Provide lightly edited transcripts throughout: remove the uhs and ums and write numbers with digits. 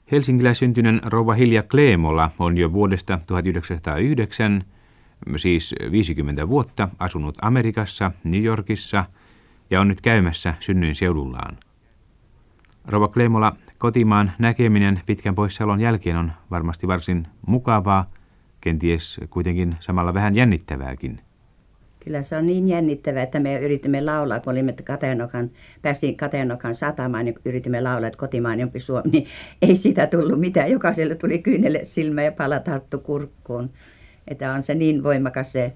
Helsinkiläissyntyinen rouva Hilja Kleemola on jo vuodesta 1909, siis 50 vuotta, asunut Amerikassa, New Yorkissa ja on nyt käymässä synnyinseudullaan. Rouva Kleemola, kotimaan näkeminen pitkän poissaolon jälkeen on varmasti varsin mukavaa, kenties kuitenkin samalla vähän jännittävääkin. Kyllä se on niin jännittävää, että me yritimme laulaa, kun olimme päästiin Katajanokan satamaan, niin yritimme laulaa, että kotimaan jompi Suomi, niin ei siitä tullut mitään. Jokaiselle tuli kyynele silmä ja pala tarttu kurkkuun. Että on se niin voimakas se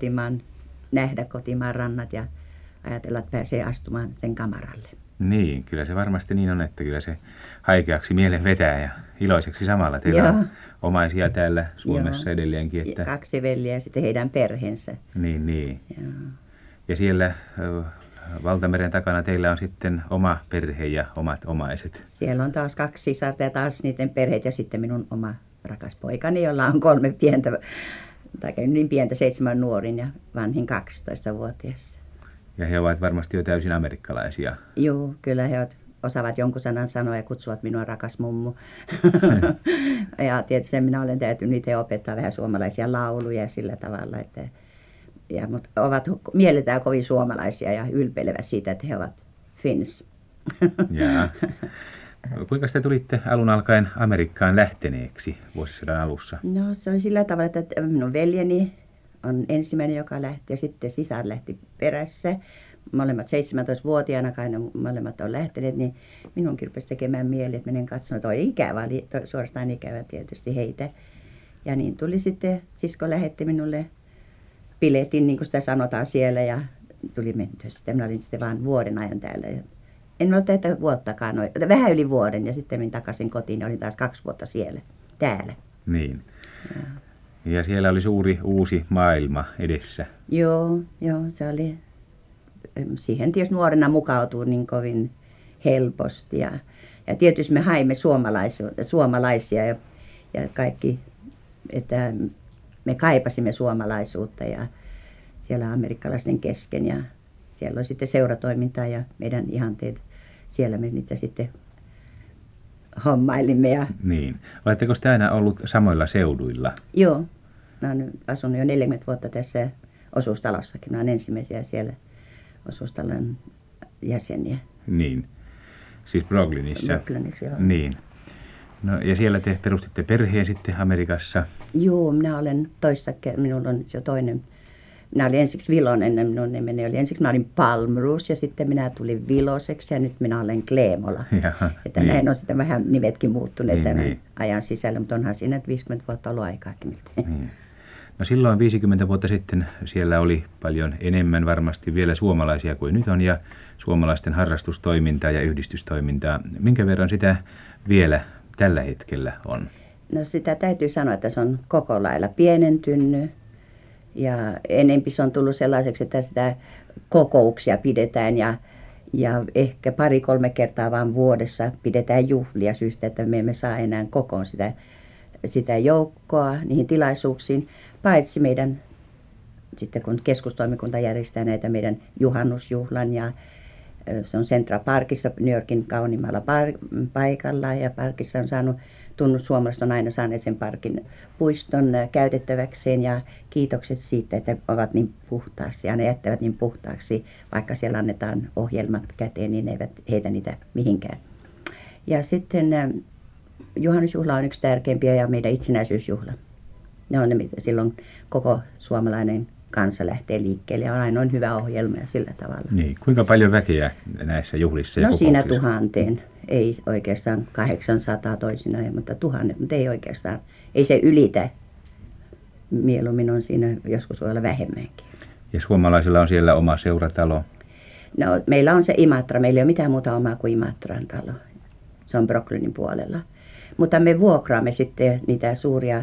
nähdä kotimaan rannat ja ajatella, että pääsee astumaan sen kamaralle. Niin, kyllä se varmasti niin on, että kyllä se haikeaksi mielen vetää ja iloiseksi samalla. Teillä on omaisia täällä Suomessa edelleenkin. Että 2 veljeä ja sitten heidän perheensä. Niin. Ja siellä Valtameren takana teillä on sitten oma perhe ja omat omaiset. Siellä on taas 2 sisarta ja taas niiden perheet ja sitten minun oma rakas poikani, jolla on 3 pientä, tai niin pientä, 7 nuorin ja vanhin 12-vuotias. Ja he ovat varmasti jo täysin amerikkalaisia. Joo, kyllä he osaavat jonkun sanan sanoa ja kutsuvat minua rakas mummu. Ja tietysti minä olen täytynyt itse opettaa vähän suomalaisia lauluja sillä tavalla, että mutta ovat mielletään kovin suomalaisia ja ylpeilevät siitä, että he ovat Finns. Jaa. Kuinka te tulitte alun alkaen Amerikkaan lähteneeksi vuosisadan alussa? No se oli sillä tavalla, että minun veljeni on ensimmäinen, joka lähti ja sitten sisar lähti perässä. Molemmat 17-vuotiaana kai ne molemmat on lähteneet, niin minunkin rupesi tekemään mieli, että menen katsomaan. Toi ikävä oli, suorastaan ikävä tietysti heitä. Ja niin tuli sitten, sisko lähetti minulle biletin, niin kuin sitä sanotaan siellä, ja tuli mentyä. Sitten minä olin sitten vain vuoden ajan täällä. En ole tätä vuottakaan, vähän yli vuoden, ja sitten menin takaisin kotiin ja olin taas 2 vuotta siellä, täällä. Niin. Ja siellä oli suuri uusi maailma edessä. Joo, se oli. Siihen tietysti nuorena mukautuu niin kovin helposti. Ja tietysti me haimme suomalaisia ja kaikki, että me kaipasimme suomalaisuutta ja siellä amerikkalaisten kesken. Ja siellä oli sitten seuratoimintaa ja meidän ihanteet. Siellä me niitä sitten hommailimme. Niin. Oletteko te aina ollut samoilla seuduilla? Joo. Mä olen asunut jo 40 vuotta tässä osuustalossakin. Mä olen ensimmäisiä siellä osuustalon jäseniä. Niin. Siis Brooklynissa? Brooklynissa, joo. Niin. No ja siellä te perustitte perheen sitten Amerikassa? Joo, minä olen minulla on jo toinen. Minä olin ensiksi Vilonen, minun nimeni oli. Ensiksi minä olin Palmroos ja sitten minä tulin Viloseksi ja nyt minä olen Kleemola. Jaha, että näin on sitten vähän nimetkin muuttuneet tämän niin. ajan sisällä, mutta onhan siinä 50 vuotta ollut aikaakin. Niin. No silloin 50 vuotta sitten siellä oli paljon enemmän varmasti vielä suomalaisia kuin nyt on ja suomalaisten harrastustoimintaa ja yhdistystoimintaa. Minkä verran sitä vielä tällä hetkellä on? No sitä täytyy sanoa, että se on koko lailla pienentynyt ja enempi se on tullut sellaiseksi, että sitä kokouksia pidetään ja ehkä 2-3 kertaa vaan vuodessa pidetään juhlia syystä, että me emme saa enää kokoon sitä joukkoa niihin tilaisuuksiin, paitsi meidän, sitten kun keskustoimikunta järjestää näitä meidän juhannusjuhlan ja se on Central Parkissa New Yorkin kauniimmalla paikalla ja parkissa on saanut, suomalaiset on aina saaneet sen parkin puiston käytettäväkseen ja kiitokset siitä, että ovat niin puhtaasti ja ne jättävät niin puhtaaksi, vaikka siellä annetaan ohjelmat käteen, niin ne eivät heitä niitä mihinkään. Ja sitten juhannusjuhla on yksi tärkeimpiä ja meidän itsenäisyysjuhla. Ne on ne, silloin koko suomalainen kansa lähtee liikkeelle ja on aina hyvä ohjelma ja sillä tavalla. Niin, kuinka paljon väkeä näissä juhlissa ja kokouksissa? Siinä 1000, ei oikeastaan 800 toisinaan, mutta 1000, mutta ei oikeastaan, ei se ylitä. Mieluummin on siinä, joskus voi olla vähemmänkin. Ja suomalaisilla on siellä oma seuratalo? No meillä on se Imatra, meillä ei ole mitään muuta omaa kuin Imatran talo. Se on Brooklynin puolella. Mutta me vuokraamme sitten niitä suuria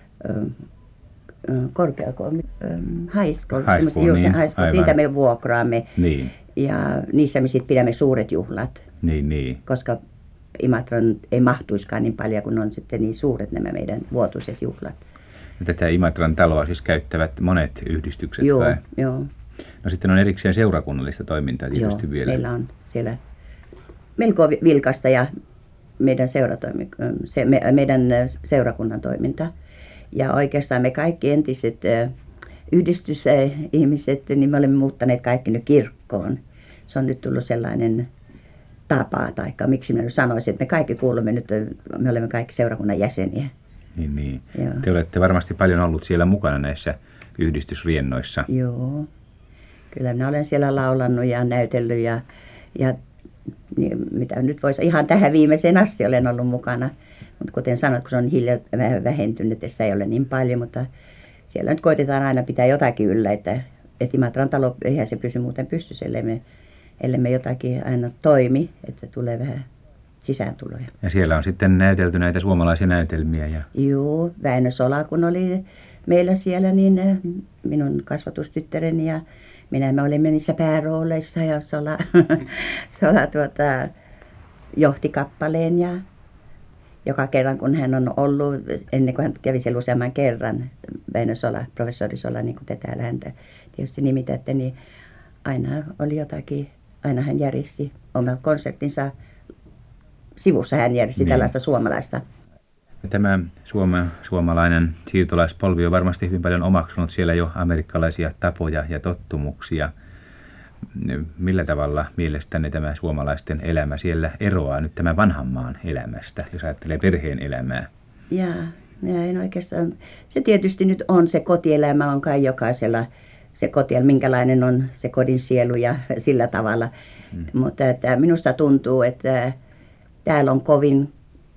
korkeakouluja, high school, siitä me vuokraamme. Niin. Ja niissä me sitten pidämme suuret juhlat. Niin. Koska Imatran ei mahtuiskaan niin paljon, kun on sitten niin suuret nämä meidän vuotuiset juhlat. Ja tätä Imatran taloa siis käyttävät monet yhdistykset vai? Joo. No sitten on erikseen seurakunnallista toimintaa tietysti vielä. Meillä on siellä melko vilkasta ja meidän, meidän seurakunnan toiminta. Ja oikeastaan me kaikki entiset yhdistysihmiset, niin me olemme muuttaneet kaikki nyt kirkkoon. Se on nyt tullut sellainen tapa, tai miksi minä nyt sanoisin, että me kaikki kuulumme nyt, me olemme kaikki seurakunnan jäseniä. Niin. Te olette varmasti paljon ollut siellä mukana näissä yhdistysriennoissa. Joo. Kyllä minä olen siellä laulannut ja näytellyt ja niin, mitä nyt voisi, ihan tähän viimeiseen asti olen ollut mukana. Mutta kuten sanoit, kun se on vähän vähentynyt, että sitä ei ole niin paljon, mutta siellä nyt koitetaan aina pitää jotakin yllä, että Imatran talo, eihän se pysy muuten pystyssä, ellei me jotakin aina toimi, että tulee vähän sisääntuloja. Ja siellä on sitten näytelty näitä suomalaisia näytelmiä. Joo, Väinö Sola kun oli meillä siellä, niin minun kasvatustyttäreni ja me olimme niissä päärooleissa ja Sola johti kappaleen ja joka kerran kun hän on ollut, ennen kuin hän kävi siellä useamman kerran, Väinö Sola, professori Sola, niin kuin te täällä häntä tietysti nimitätte, niin aina oli jotakin, aina hän järjesti omat konserttinsa, sivussa hän järjesti tällaista suomalaista. Tämä suomalainen siirtolaispolvi on varmasti hyvin paljon omaksunut siellä jo amerikkalaisia tapoja ja tottumuksia. Millä tavalla mielestänne tämä suomalaisten elämä siellä eroaa nyt tämän vanhan maan elämästä, jos ajattelee perheen elämää? Minä en oikeastaan, se tietysti nyt on, se kotielämä on kai jokaisella, se kotielämä, minkälainen on se kodin sielu ja sillä tavalla. Mutta että minusta tuntuu, että täällä on kovin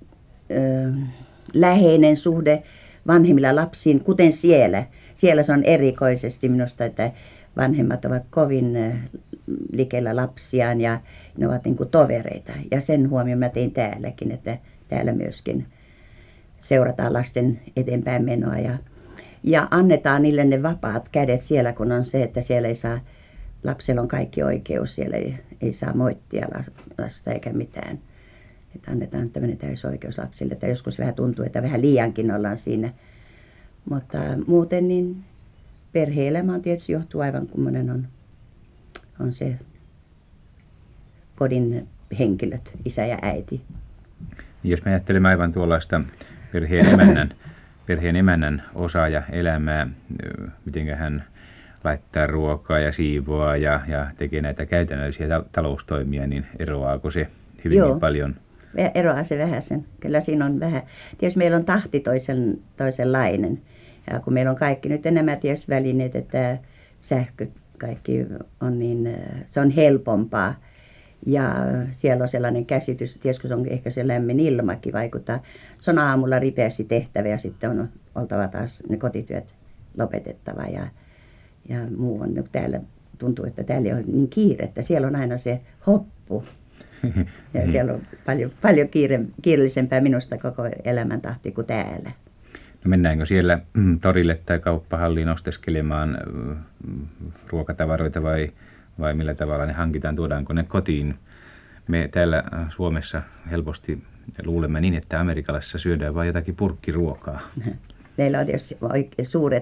läheinen suhde vanhemmilla lapsiin, kuten siellä. Siellä se on erikoisesti minusta, että vanhemmat ovat kovin likellä lapsiaan ja ne ovat niin kuin tovereita. Ja sen huomioon mä tein täälläkin, että täällä myöskin seurataan lasten eteenpäin menoa ja annetaan niille ne vapaat kädet siellä, kun on se, että siellä ei saa, lapsella on kaikki oikeus, siellä ei saa moittia lasta eikä mitään. Että annetaan tämmöinen täysoikeus lapsille, että joskus vähän tuntuu, että vähän liiankin ollaan siinä. Mutta muuten niin perhe-elämä on tietysti johtuu aivan kummonen on se kodin henkilöt, isä ja äiti. Jos me ajattelemme aivan tuollaista perheen emännän osaa ja elämää, miten hän laittaa ruokaa ja siivoaa ja tekee näitä käytännöllisiä taloustoimia, niin eroaako se hyvin niin paljon? Eroaa se vähän sen. Kyllä siinä on vähän. Tietysti meillä on tahti toisenlainen. Ja kun meillä on kaikki nyt nämä tietysti välineet, että sähköt kaikki on niin, se on helpompaa. Ja siellä on sellainen käsitys, tietysti kun se on ehkä se lämmin ilmakin vaikuttaa. Se on aamulla ripeästi tehtävä ja sitten on oltava taas ne kotityöt lopetettava. Ja muu on, täällä tuntuu, että täällä ei ole niin kiirettä. Siellä on aina se hoppu. Ja siellä on paljon kiireellisempää minusta koko elämäntahti kuin täällä. No mennäänkö siellä torille tai kauppahalliin osteskelemaan ruokatavaroita vai millä tavalla ne hankitaan, tuodaanko ne kotiin? Me täällä Suomessa helposti luulemme niin, että Amerikassa syödään vain jotakin purkkiruokaa. Meillä on tietysti suuret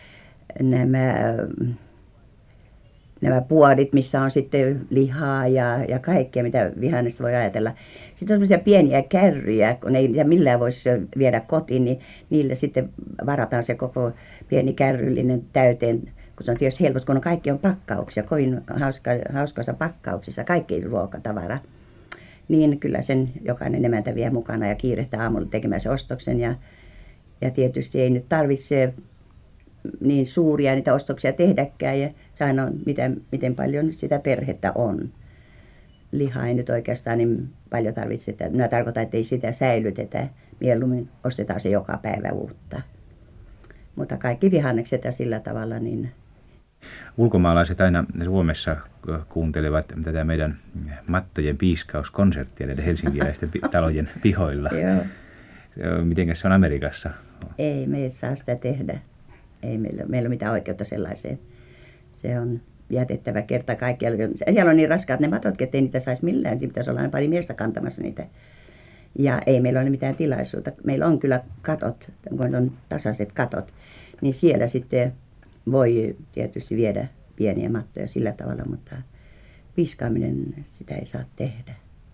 nämä puodit, missä on sitten lihaa ja kaikkea, mitä vihannesta voi ajatella. Sitten on sellaisia pieniä kärryjä, kun ei niitä millään voisi viedä kotiin, niin niille sitten varataan se koko pieni kärryllinen täyteen, kun se on tietysti helposti, kun kaikki on pakkauksia, kovin hauskoissa pakkauksissa, kaikki ruokatavara. Niin kyllä sen jokainen emäntä vie mukana ja kiirehtää aamulla tekemään se ostoksen. Ja tietysti ei nyt tarvitse niin suuria niitä ostoksia tehdäkään ja se aina on, miten paljon sitä perhettä on. Lihaa ei nyt oikeastaan niin paljon tarvitse. Minä tarkoitan, että ei sitä säilytetä. Mieluummin ostetaan se joka päivä uutta. Mutta kaikki vihannekset ja sillä tavalla niin. Ulkomaalaiset aina Suomessa kuuntelevat tätä meidän mattojen piiskauskonserttia näiden helsinkiläisten talojen pihoilla. Joo. Mitenkäs se on Amerikassa? Ei, me ei saa sitä tehdä. Ei meillä ole mitään oikeutta sellaiseen. Se on jätettävä kerta kaikkialla. Siellä on niin raskaat ne matotkin, ettei niitä saisi millään. Siinä pitäisi olla aina pari miestä kantamassa niitä. Ja ei meillä ole mitään tilaisuutta. Meillä on kyllä katot, kun on tasaiset katot. Niin siellä sitten voi tietysti viedä pieniä mattoja sillä tavalla, mutta piiskaaminen sitä ei saa tehdä.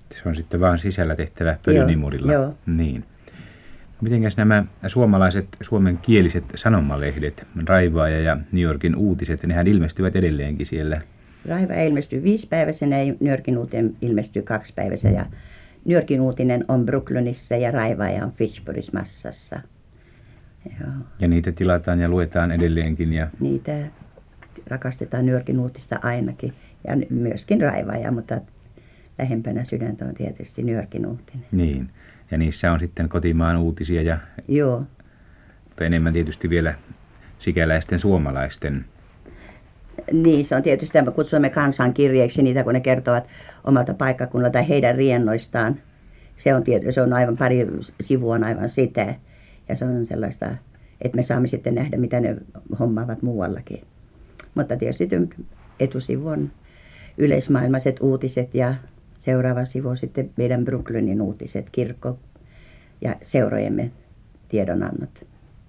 Se on sitten vaan sisällä tehtävä pölynimurilla. Joo. Niin. Mitenkäs nämä suomalaiset suomenkieliset sanomalehdet, Raivaaja ja New Yorkin uutiset, nehän ilmestyvät edelleenkin siellä? Raivaaja ilmestyy 5-päiväisenä ja New Yorkin uutinen ilmestyy 2-päiväisenä. Ja New Yorkin uutinen on Brooklynissa ja Raivaaja on Fitchburgissa Massassa. Joo. Ja niitä tilataan ja luetaan edelleenkin? Ja Niitä rakastetaan New Yorkin uutista ainakin. Ja myöskin Raivaaja, mutta lähempänä sydäntä on tietysti New Yorkin uutinen. niin. Ja niissä on sitten kotimaan uutisia ja Joo. mutta enemmän tietysti vielä sikäläisten suomalaisten. Niin, se on tietysti, me kutsumme kansankirjeiksi niitä, kun ne kertovat omalta paikkakunnalta heidän riennoistaan. Se on aivan pari sivua on aivan sitä. Ja se on sellaista, että me saamme sitten nähdä, mitä ne hommaavat muuallakin. Mutta tietysti etusivu on yleismaailmaiset uutiset ja seuraava sivu on sitten meidän Brooklynin uutiset, kirkko ja seurojemme tiedonannot.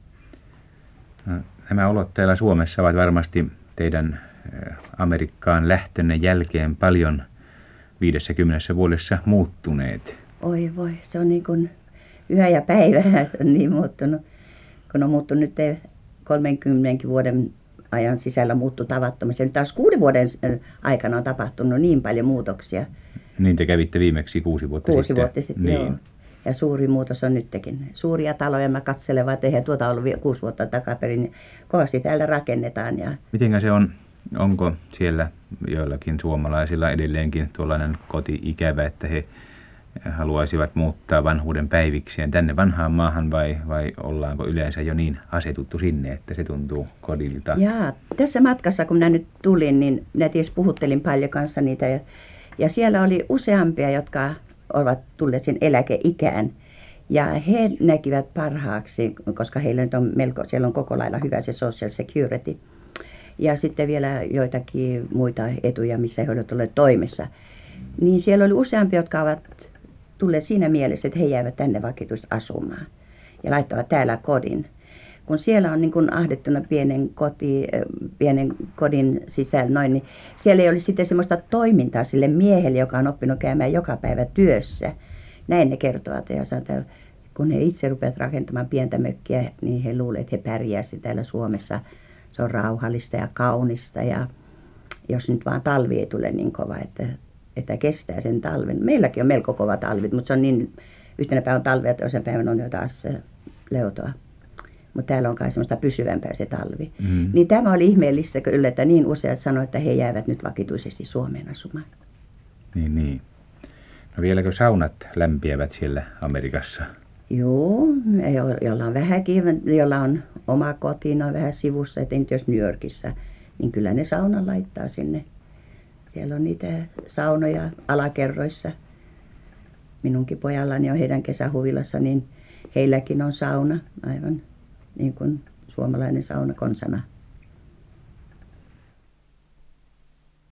No, nämä olot täällä Suomessa ovat varmasti teidän Amerikkaan lähtönne jälkeen paljon 50 vuodessa muuttuneet. Oi voi, se on niin kuin yö ja päivä on niin muuttunut. Kun on muuttunut nyt 30 vuoden ajan sisällä muuttu tavattomasti. Nyt taas 6 vuoden aikana on tapahtunut niin paljon muutoksia. Niin te kävitte viimeksi 6 vuotta 6 sitten. vuotta sitten, niin. joo. Ja suuri muutos on nytkin. Suuria taloja mä katselen, että eihän tuota ollut 6 vuotta takaperin. Niin kovasti täällä rakennetaan. Ja Mitenkä se on, onko siellä joillakin suomalaisilla edelleenkin tuollainen koti-ikävä, että he haluaisivat muuttaa vanhuuden päivikseen tänne vanhaan maahan vai ollaanko yleensä jo niin asetuttu sinne, että se tuntuu kodilta? Jaa, tässä matkassa kun minä nyt tulin, niin minä tietysti puhuttelin paljon kanssa niitä ja siellä oli useampia, jotka ovat tulleet sen eläkeikään. Ja he näkivät parhaaksi, koska heillä nyt on siellä on koko lailla hyvä se social security. Ja sitten vielä joitakin muita etuja, missä he olivat olleet toimessa. Niin siellä oli useampia, jotka ovat tulleet siinä mielessä, että he jäävät tänne vakituisesti asumaan. Ja laittavat täällä kodin. Kun siellä on niin kuin ahdettuna pienen kodin sisällä noin, niin siellä ei olisi sitten semmoista toimintaa sille miehelle, joka on oppinut käymään joka päivä työssä. Näin ne kertovat ja sanotaan, kun he itse rupeavat rakentamaan pientä mökkiä, niin he luulevat, että he pärjäävät täällä Suomessa. Se on rauhallista ja kaunista ja jos nyt vaan talvi ei tule niin kova, että kestää sen talven. Meilläkin on melko kova talvi, mutta se on niin, yhtenä päivänä talvea, että toisen päivänä on jo taas leutoa. Mutta täällä on kai semmoista pysyvämpää se talvi. Mm. Niin tämä oli ihmeellistä kyllä, että niin useat sanoivat, että he jäävät nyt vakituisesti Suomeen asumaan. Niin. No vieläkö saunat lämpiävät siellä Amerikassa? Joo, jolla on vähänkin, jolla on oma koti, on vähän sivussa, että jos New Yorkissa, niin kyllä ne saunan laittaa sinne. Siellä on niitä saunoja alakerroissa. Minunkin pojallani on heidän kesähuvilassa, niin heilläkin on sauna, aivan niin kuin suomalainen sauna konsana.